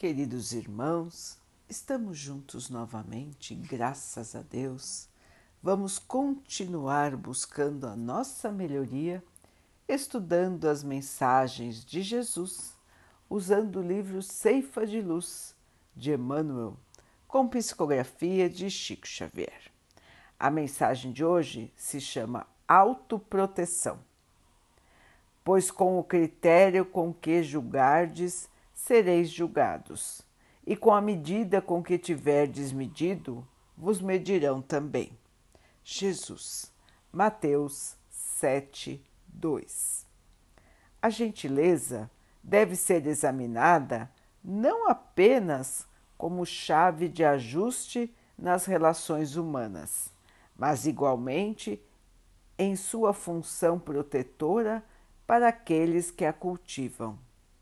Queridos irmãos, estamos juntos novamente, graças a Deus. Vamos continuar buscando a nossa melhoria, estudando as mensagens de Jesus, usando o livro Ceifa de Luz, de Emmanuel, com psicografia de Chico Xavier. A mensagem de hoje se chama Autoproteção. Pois com o critério com que julgardes, sereis julgados, e com a medida com que tiverdes medido, vos medirão também. Jesus, Mateus 7, 2. A gentileza deve ser examinada não apenas como chave de ajuste nas relações humanas, mas igualmente em sua função protetora para aqueles que a cultivam.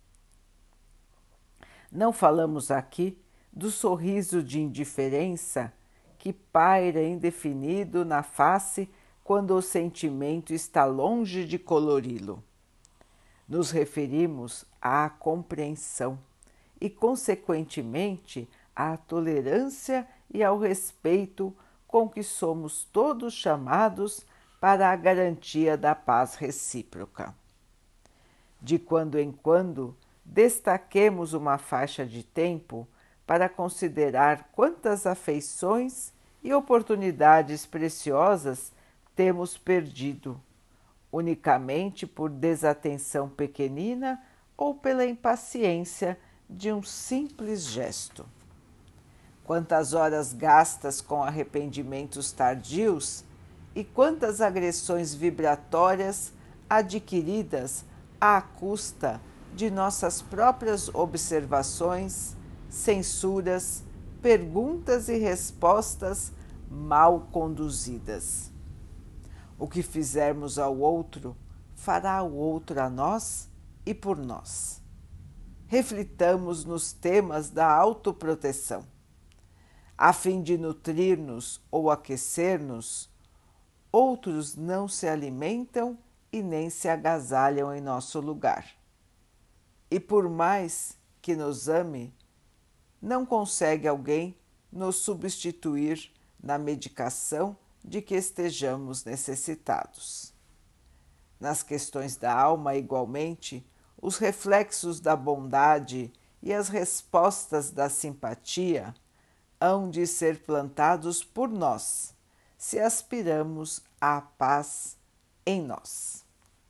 Não falamos aqui do sorriso de indiferença que paira indefinido na face quando o sentimento está longe de colori-lo. Nos referimos à compreensão e, consequentemente, à tolerância e ao respeito com que somos todos chamados para a garantia da paz recíproca. De quando em quando, destaquemos uma faixa de tempo para considerar quantas afeições e oportunidades preciosas temos perdido, unicamente por desatenção pequenina ou pela impaciência de um simples gesto. Quantas horas gastas com arrependimentos tardios e quantas agressões vibratórias adquiridas à custa de nossas próprias observações, censuras, perguntas e respostas mal conduzidas. O que fizermos ao outro, fará o outro a nós e por nós. Reflitamos nos temas da autoproteção. A fim de nutrir-nos ou aquecer-nos, outros não se alimentam e nem se agasalham em nosso lugar. E por mais que nos ame, não consegue alguém nos substituir na medicação de que estejamos necessitados. Nas questões da alma, igualmente, os reflexos da bondade e as respostas da simpatia hão de ser plantados por nós, se aspiramos à paz em nós.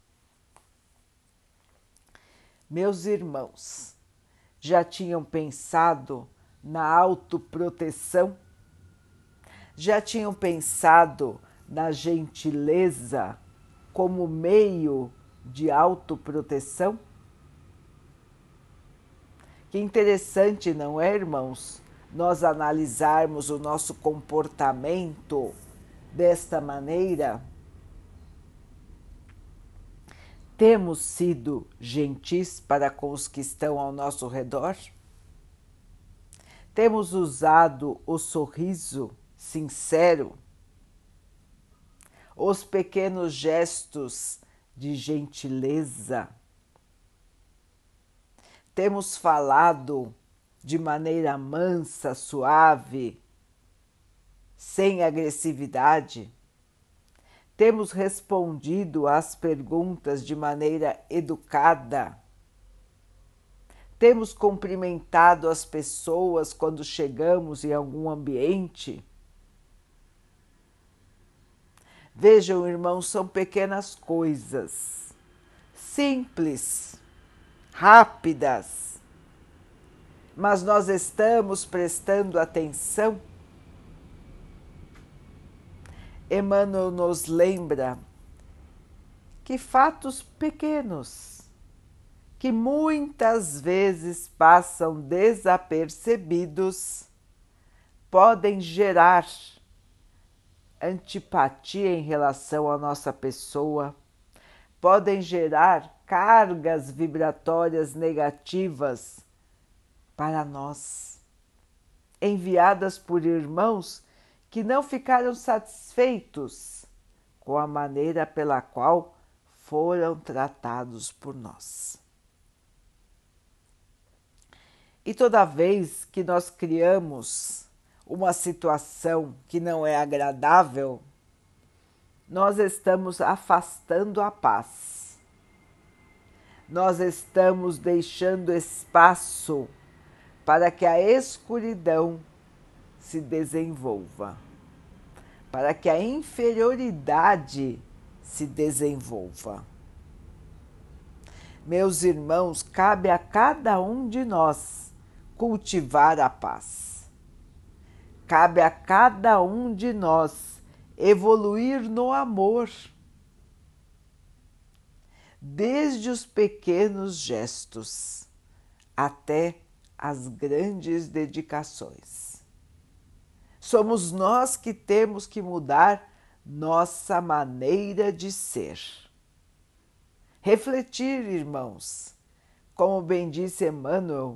Meus irmãos, já tinham pensado na autoproteção? Já tinham pensado na gentileza como meio de autoproteção? Que interessante, não é, irmãos, nós analisarmos o nosso comportamento desta maneira? Temos sido gentis para com os que estão ao nosso redor? Temos usado o sorriso sincero? Os pequenos gestos de gentileza? Temos falado de maneira mansa, suave, sem agressividade? Temos respondido às perguntas de maneira educada? Temos cumprimentado as pessoas quando chegamos em algum ambiente? Vejam, irmãos, são pequenas coisas, simples, rápidas, mas nós estamos prestando atenção? Emmanuel nos lembra que fatos pequenos, que muitas vezes passam desapercebidos, podem gerar antipatia em relação à nossa pessoa, podem gerar cargas vibratórias negativas para nós, enviadas por irmãos que não ficaram satisfeitos com a maneira pela qual foram tratados por nós. E toda vez que nós criamos uma situação que não é agradável, nós estamos afastando a paz. Nós estamos deixando espaço para que a escuridão se desenvolva, para que a inferioridade se desenvolva. Meus irmãos, cabe a cada um de nós cultivar a paz. Cabe a cada um de nós evoluir no amor, desde os pequenos gestos até as grandes dedicações. Somos nós que temos que mudar nossa maneira de ser. Refletir, irmãos, como bem disse Emmanuel,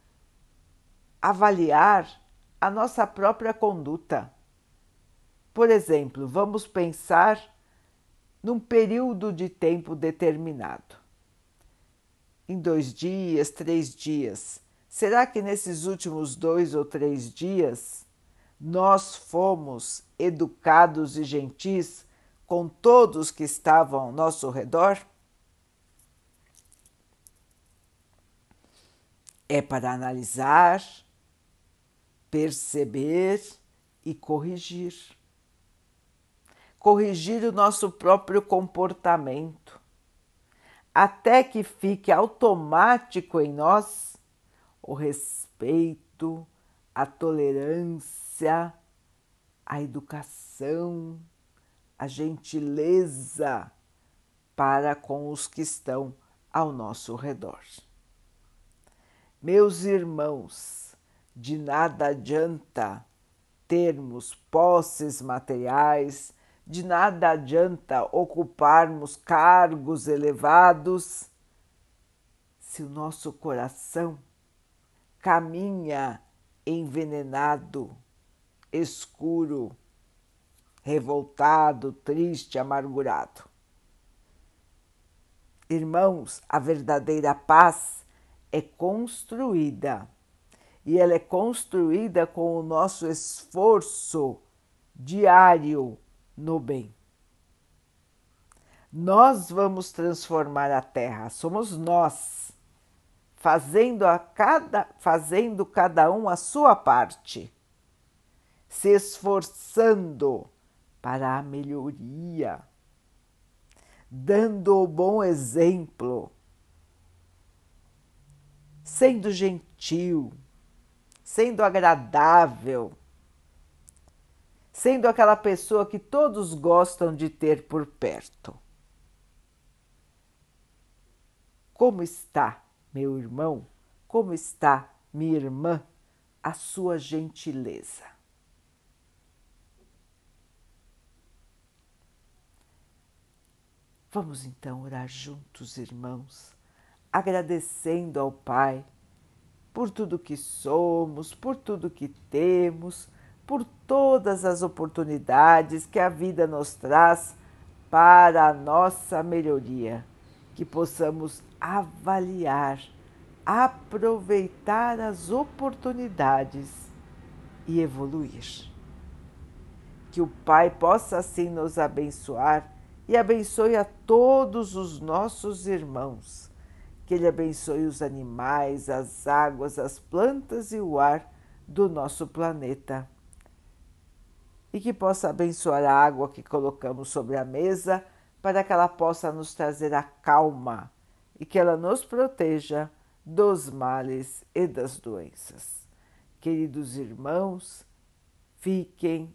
avaliar a nossa própria conduta. Por exemplo, vamos pensar num período de tempo determinado. Em 2 dias, 3 dias. Será que nesses últimos 2 ou 3 dias nós fomos educados e gentis com todos que estavam ao nosso redor? É para analisar, perceber e corrigir. Corrigir o nosso próprio comportamento, até que fique automático em nós o respeito, a tolerância, a educação, a gentileza para com os que estão ao nosso redor. Meus irmãos, de nada adianta termos posses materiais, de nada adianta ocuparmos cargos elevados se o nosso coração caminha envenenado, escuro, revoltado, triste, amargurado. Irmãos, a verdadeira paz é construída e ela é construída com o nosso esforço diário no bem. Nós vamos transformar a Terra, somos nós, fazendo cada um a sua parte, se esforçando para a melhoria, dando o bom exemplo, sendo gentil, sendo agradável, sendo aquela pessoa que todos gostam de ter por perto. Como está, meu irmão? Como está, minha irmã, a sua gentileza? Vamos então orar juntos, irmãos, agradecendo ao Pai por tudo que somos, por tudo que temos, por todas as oportunidades que a vida nos traz para a nossa melhoria, que possamos avaliar, aproveitar as oportunidades e evoluir. Que o Pai possa assim nos abençoar e abençoe a todos os nossos irmãos. Que Ele abençoe os animais, as águas, as plantas e o ar do nosso planeta. E que possa abençoar a água que colocamos sobre a mesa para que ela possa nos trazer a calma e que ela nos proteja dos males e das doenças. Queridos irmãos, fiquem,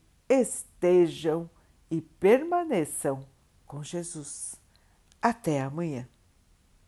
estejam e permaneçam com Jesus. Até amanhã.